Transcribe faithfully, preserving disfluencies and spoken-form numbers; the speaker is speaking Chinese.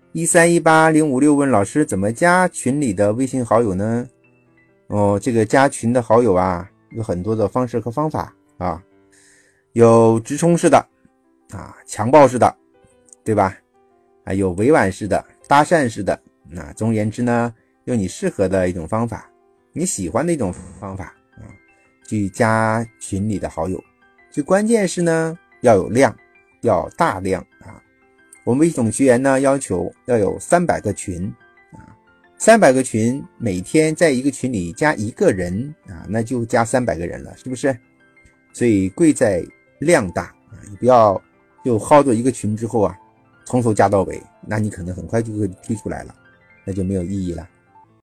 一三一八零五六问老师怎么加群里的微信好友呢？哦，这个加群的好友啊，有很多的方式和方法啊，有直冲式的啊，强暴式的，对吧？还有委婉式的、搭讪式的。那总而言之呢，用你适合的一种方法，你喜欢的一种方法啊，去加群里的好友。最关键是呢，要有量，要大量啊。我们微系统学员呢，要求要有三百个群啊，三百个群，每天在一个群里加一个人啊，那就加三百个人了，是不是？所以贵在量大啊，你不要就薅着一个群之后啊，从头加到尾，那你可能很快就会退出来了，那就没有意义了。